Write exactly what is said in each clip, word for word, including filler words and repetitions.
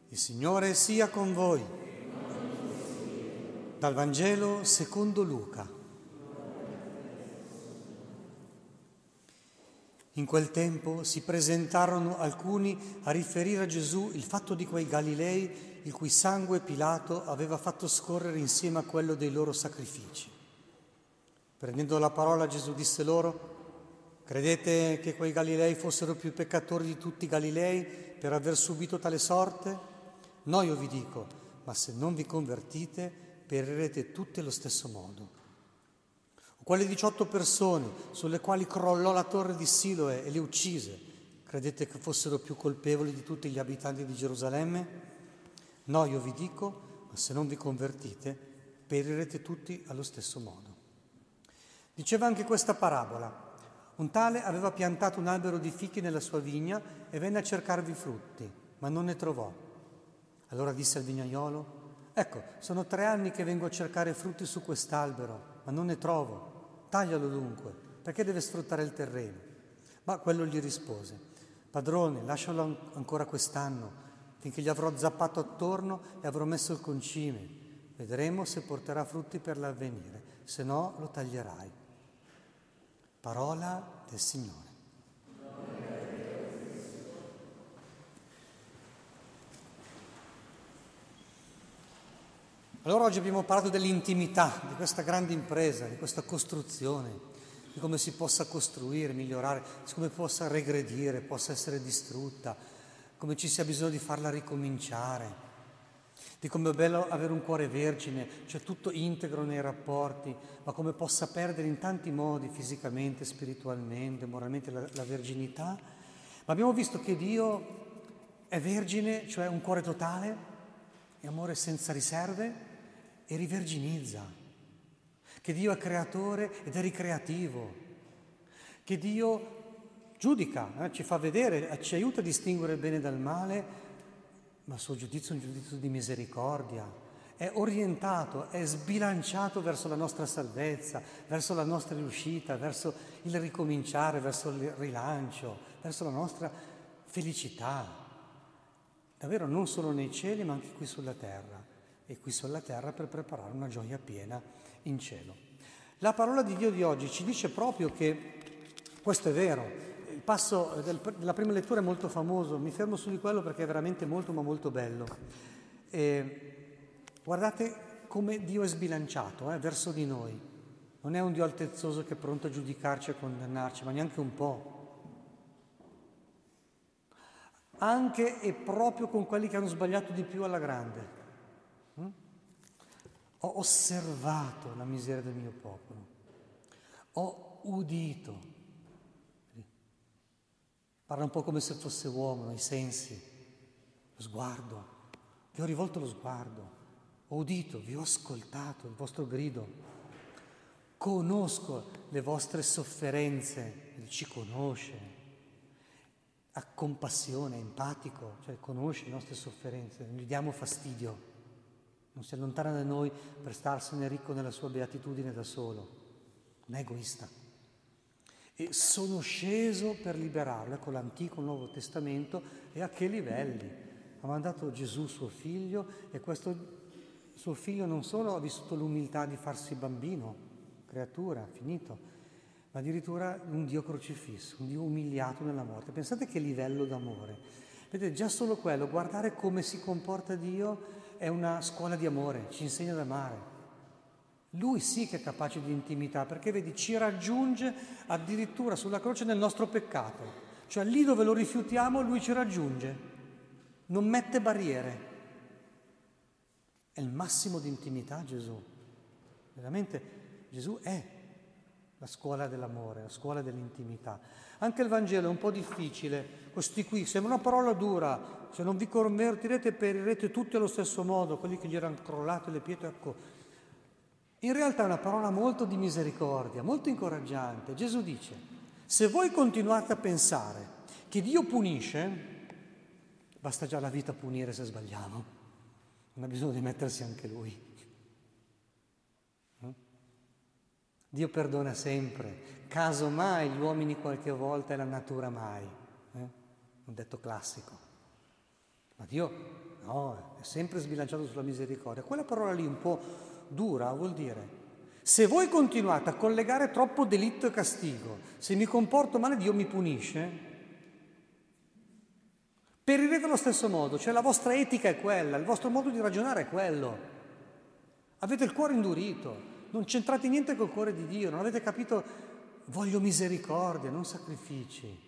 Il Signore sia con voi. Dal Vangelo secondo Luca. In quel tempo si presentarono alcuni a riferire a Gesù il fatto di quei Galilei il cui sangue Pilato aveva fatto scorrere insieme a quello dei loro sacrifici. Prendendo la parola Gesù disse loro: credete che quei Galilei fossero più peccatori di tutti i Galilei per aver subito tale sorte? No, io vi dico, ma se non vi convertite, perirete tutti allo stesso modo. O quelle diciotto persone sulle quali crollò la torre di Siloe e le uccise, credete che fossero più colpevoli di tutti gli abitanti di Gerusalemme? No, io vi dico, ma se non vi convertite, perirete tutti allo stesso modo. Diceva anche questa parabola. Un tale aveva piantato un albero di fichi nella sua vigna e venne a cercarvi frutti, ma non ne trovò. Allora disse al vignaiolo: ecco, sono tre anni che vengo a cercare frutti su quest'albero, ma non ne trovo. Taglialo dunque, perché deve sfruttare il terreno? Ma quello gli rispose: padrone, lascialo ancora quest'anno, finché gli avrò zappato attorno e avrò messo il concime. Vedremo se porterà frutti per l'avvenire, se no lo taglierai. Parola del Signore. Allora oggi abbiamo parlato dell'intimità, di questa grande impresa, di questa costruzione, di come si possa costruire, migliorare, di come possa regredire, possa essere distrutta, come ci sia bisogno di farla ricominciare, di come è bello avere un cuore vergine, cioè tutto integro nei rapporti, ma come possa perdere in tanti modi, fisicamente, spiritualmente, moralmente, la, la verginità. Ma abbiamo visto che Dio è vergine, cioè un cuore totale, è amore senza riserve, e riverginizza, che Dio è creatore ed è ricreativo, che Dio giudica, eh, ci fa vedere, ci aiuta a distinguere il bene dal male, ma il suo giudizio è un giudizio di misericordia, è orientato, è sbilanciato verso la nostra salvezza, verso la nostra riuscita, verso il ricominciare, verso il rilancio, verso la nostra felicità, davvero non solo nei cieli ma anche qui sulla terra. E qui sulla terra per preparare una gioia piena in cielo. La parola di Dio di oggi ci dice proprio che questo è vero. Il passo del, della prima lettura è molto famoso, mi fermo su di quello perché è veramente molto ma molto bello. E guardate come Dio è sbilanciato eh, verso di noi. Non è un Dio altezzoso che è pronto a giudicarci e a condannarci, ma neanche un po'. Anche e proprio con quelli che hanno sbagliato di più alla grande. Ho osservato la miseria del mio popolo, ho udito, parla un po' come se fosse uomo, i sensi, lo sguardo, vi ho rivolto lo sguardo, ho udito, vi ho ascoltato il vostro grido, conosco le vostre sofferenze, Lui ci conosce, ha compassione, è empatico, cioè conosce le nostre sofferenze, non gli diamo fastidio. Non si allontana da noi per starsene ricco nella sua beatitudine da solo, non è egoista. E sono sceso per liberarlo, ecco l'Antico, il Nuovo Testamento, e a che livelli? Ha mandato Gesù suo figlio e questo suo figlio non solo ha vissuto l'umiltà di farsi bambino, creatura, finito, ma addirittura un Dio crocifisso, un Dio umiliato nella morte. Pensate che livello d'amore. Vedete, già solo quello, guardare come si comporta Dio, è una scuola di amore, ci insegna ad amare. Lui sì che è capace di intimità, perché vedi, ci raggiunge addirittura sulla croce nel nostro peccato. Cioè lì dove lo rifiutiamo, lui ci raggiunge, non mette barriere. È il massimo di intimità Gesù. Veramente Gesù è la scuola dell'amore, la scuola dell'intimità. Anche il Vangelo è un po' difficile, questi qui, sembra una parola dura, se non vi convertirete perirete tutti allo stesso modo, quelli che gli erano crollate le pietre, ecco. In realtà è una parola molto di misericordia, molto incoraggiante. Gesù dice: se voi continuate a pensare che Dio punisce, basta già la vita punire se sbagliamo, non ha bisogno di mettersi anche Lui. Dio perdona sempre, caso mai gli uomini qualche volta e la natura mai, eh? Un detto classico. Ma Dio No, è sempre sbilanciato sulla misericordia. Quella parola lì un po' dura vuol dire: se voi continuate a collegare troppo delitto e castigo, se mi comporto male Dio mi punisce, perirete allo stesso modo, cioè la vostra etica è quella, il vostro modo di ragionare è quello. Avete il cuore indurito, non c'entrate niente col cuore di Dio, non avete capito, voglio misericordia, non sacrifici.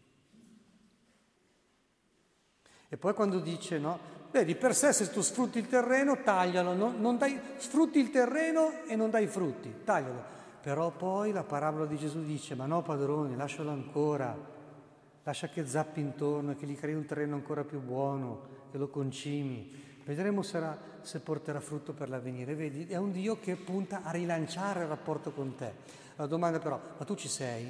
E poi quando dice, no, beh, di per sé se tu sfrutti il terreno, taglialo, non, non dai, sfrutti il terreno e non dai frutti, taglialo. Però poi la parabola di Gesù dice, ma no padrone, lascialo ancora. Lascia che zappi intorno e che gli crei un terreno ancora più buono, che lo concimi. Vedremo se, se porterà frutto per l'avvenire. Vedi, è un Dio che punta a rilanciare il rapporto con te. La domanda però, ma tu ci sei?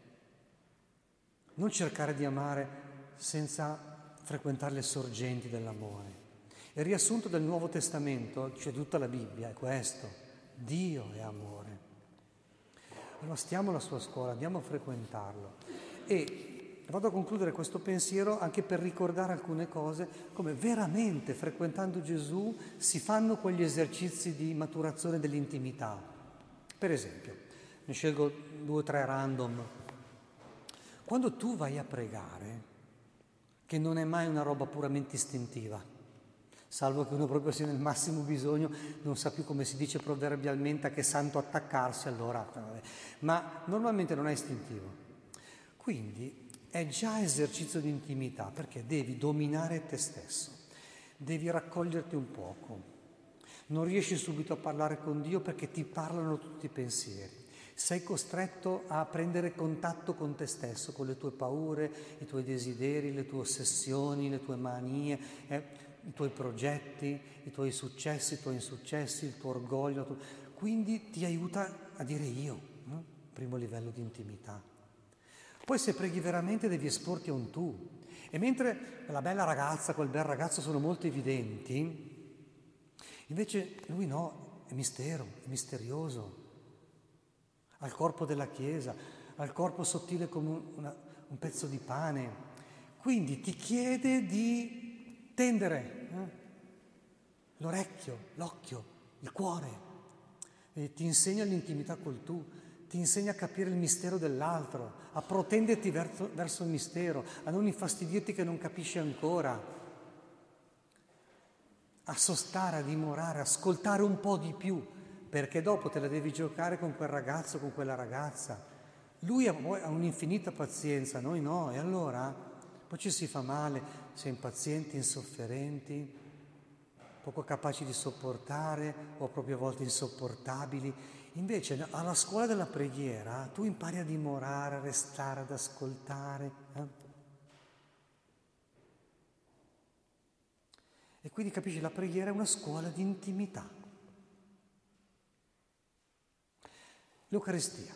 Non cercare di amare senza frequentare le sorgenti dell'amore. Il riassunto del Nuovo Testamento, cioè tutta la Bibbia, è questo. Dio è amore. Allora stiamo alla sua scuola, andiamo a frequentarlo. E vado a concludere questo pensiero anche per ricordare alcune cose, come veramente frequentando Gesù si fanno quegli esercizi di maturazione dell'intimità. Per esempio, ne scelgo due o tre random. Quando tu vai a pregare, che non è mai una roba puramente istintiva, salvo che uno proprio sia nel massimo bisogno, non sa più come si dice proverbialmente a che santo attaccarsi, allora, vabbè. Ma normalmente non è istintivo. Quindi è già esercizio di intimità, perché devi dominare te stesso, devi raccoglierti un poco, non riesci subito a parlare con Dio perché ti parlano tutti i pensieri, sei costretto a prendere contatto con te stesso, con le tue paure, i tuoi desideri, le tue ossessioni, le tue manie, eh, i tuoi progetti, i tuoi successi, i tuoi insuccessi, il tuo orgoglio, tu... quindi ti aiuta a dire io, no? Primo livello di intimità. Poi se preghi veramente devi esporti a un tu. E mentre la bella ragazza, quel bel ragazzo sono molto evidenti, invece lui no, è mistero, è misterioso. Ha il corpo della Chiesa, ha il corpo sottile come una, un pezzo di pane. Quindi ti chiede di tendere eh? l'orecchio, l'occhio, il cuore. E ti insegna l'intimità col tu. Ti insegna a capire il mistero dell'altro, a protenderti verso, verso il mistero, a non infastidirti che non capisci ancora, a sostare, a dimorare, a ascoltare un po' di più, perché dopo te la devi giocare con quel ragazzo, con quella ragazza. Lui ha, ha un'infinita pazienza, noi no, e allora poi ci si fa male, si è impazienti, insofferenti, poco capaci di sopportare o proprio a volte insopportabili. Invece alla scuola della preghiera tu impari a dimorare, a restare, ad ascoltare. Eh? E quindi capisci, la preghiera è una scuola di intimità. L'Eucaristia.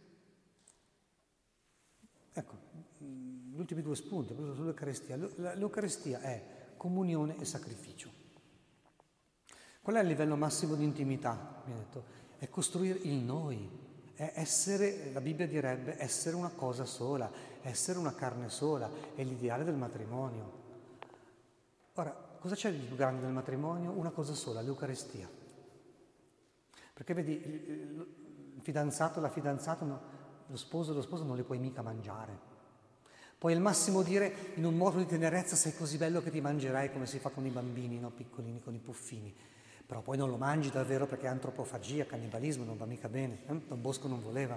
Ecco, gli ultimi due spunti, proprio sull'Eucaristia. L'Eucaristia è comunione e sacrificio. Qual è il livello massimo di intimità? Mi ha detto. È costruire il noi, è essere, la Bibbia direbbe, essere una cosa sola, essere una carne sola, è l'ideale del matrimonio. Ora, cosa c'è di più grande del matrimonio? Una cosa sola, l'Eucaristia. Perché vedi, il fidanzato e la fidanzata, no, lo sposo e lo sposo non li puoi mica mangiare. Puoi al massimo dire in un modo di tenerezza sei così bello che ti mangerai come si fa con i bambini, no, piccolini, con i puffini. Però poi non lo mangi davvero perché è antropofagia, cannibalismo, non va mica bene. Eh? Don Bosco non voleva.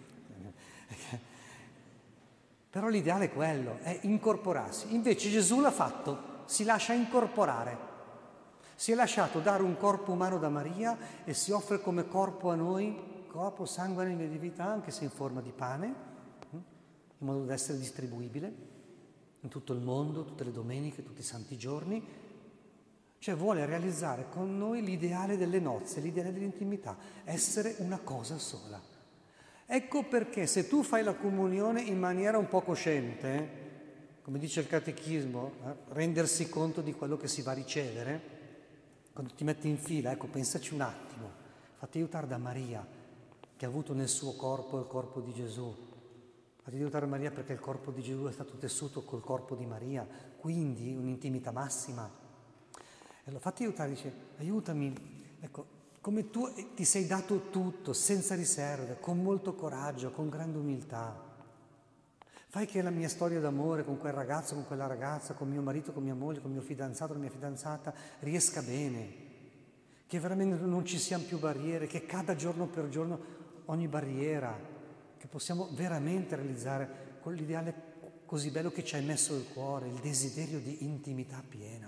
Però l'ideale è quello, è incorporarsi. Invece Gesù l'ha fatto, si lascia incorporare. Si è lasciato dare un corpo umano da Maria e si offre come corpo a noi, corpo, sangue, anima e divinità, anche se in forma di pane, in modo da essere distribuibile in tutto il mondo, tutte le domeniche, tutti i santi giorni. Cioè vuole realizzare con noi l'ideale delle nozze, l'ideale dell'intimità, essere una cosa sola. Ecco perché se tu fai la comunione in maniera un po' cosciente, come dice il catechismo, eh, rendersi conto di quello che si va a ricevere, quando ti metti in fila, ecco, pensaci un attimo, fatti aiutare da Maria, che ha avuto nel suo corpo il corpo di Gesù. Fatti aiutare Maria perché il corpo di Gesù è stato tessuto col corpo di Maria, quindi un'intimità massima. E lo fatti aiutare, dice, aiutami, ecco, come tu ti sei dato tutto, senza riserve, con molto coraggio, con grande umiltà. Fai che la mia storia d'amore con quel ragazzo, con quella ragazza, con mio marito, con mia moglie, con mio fidanzato, la mia fidanzata, riesca bene. Che veramente non ci siano più barriere, che cada giorno per giorno ogni barriera, che possiamo veramente realizzare quell'ideale così bello che ci hai messo il cuore, il desiderio di intimità piena.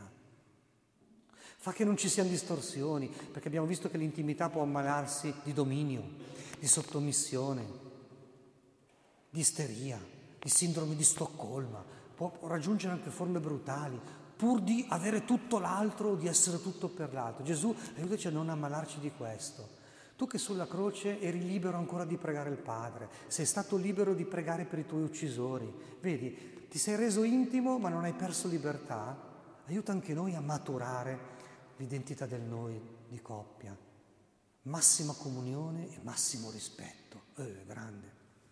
Fa che non ci siano distorsioni, perché abbiamo visto che l'intimità può ammalarsi di dominio, di sottomissione, di isteria, di sindrome di Stoccolma, può raggiungere anche forme brutali, pur di avere tutto l'altro o di essere tutto per l'altro. Gesù aiutaci a non ammalarci di questo. Tu che sulla croce eri libero ancora di pregare il Padre, sei stato libero di pregare per i tuoi uccisori, vedi, ti sei reso intimo ma non hai perso libertà, aiuta anche noi a maturare l'identità del noi di coppia. Massima comunione e massimo rispetto. Eh, grande.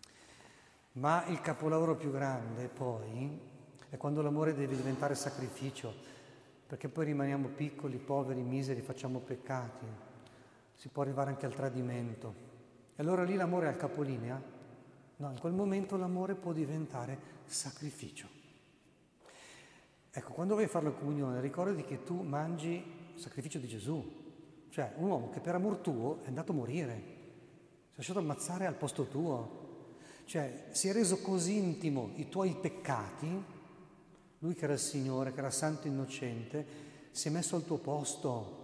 Ma il capolavoro più grande poi è quando l'amore deve diventare sacrificio, perché poi rimaniamo piccoli, poveri, miseri, facciamo peccati, si può arrivare anche al tradimento. E allora lì l'amore è al capolinea? No, in quel momento l'amore può diventare sacrificio. Ecco, quando vai a fare la comunione, ricordati che tu mangi il sacrificio di Gesù, cioè un uomo che per amor tuo è andato a morire, si è lasciato ammazzare al posto tuo. Cioè, si è reso così intimo i tuoi peccati, lui che era il Signore, che era santo e innocente, si è messo al tuo posto,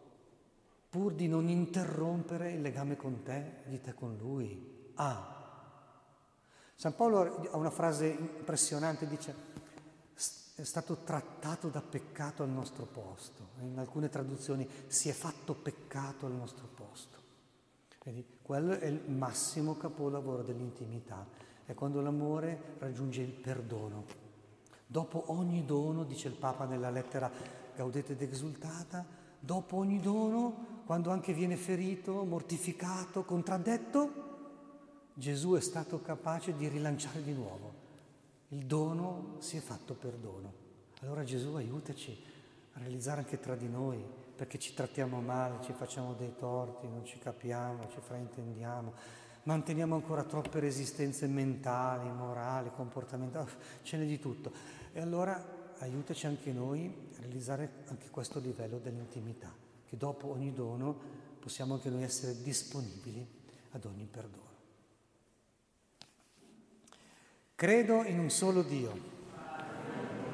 pur di non interrompere il legame con te, di te con lui. Ah! San Paolo ha una frase impressionante, dice, è stato trattato da peccato al nostro posto. In alcune traduzioni, si è fatto peccato al nostro posto. Vedi, quello è il massimo capolavoro dell'intimità, è quando l'amore raggiunge il perdono. Dopo ogni dono, dice il Papa nella lettera Gaudete et Exsultata, dopo ogni dono, quando anche viene ferito, mortificato, contraddetto, Gesù è stato capace di rilanciare di nuovo. Il dono si è fatto perdono. Allora Gesù aiutaci a realizzare anche tra di noi, perché ci trattiamo male, ci facciamo dei torti, non ci capiamo, ci fraintendiamo, manteniamo ancora troppe resistenze mentali, morali, comportamentali, ce n'è di tutto. E allora aiutaci anche noi a realizzare anche questo livello dell'intimità, che dopo ogni dono possiamo anche noi essere disponibili ad ogni perdono. Credo in un solo Dio,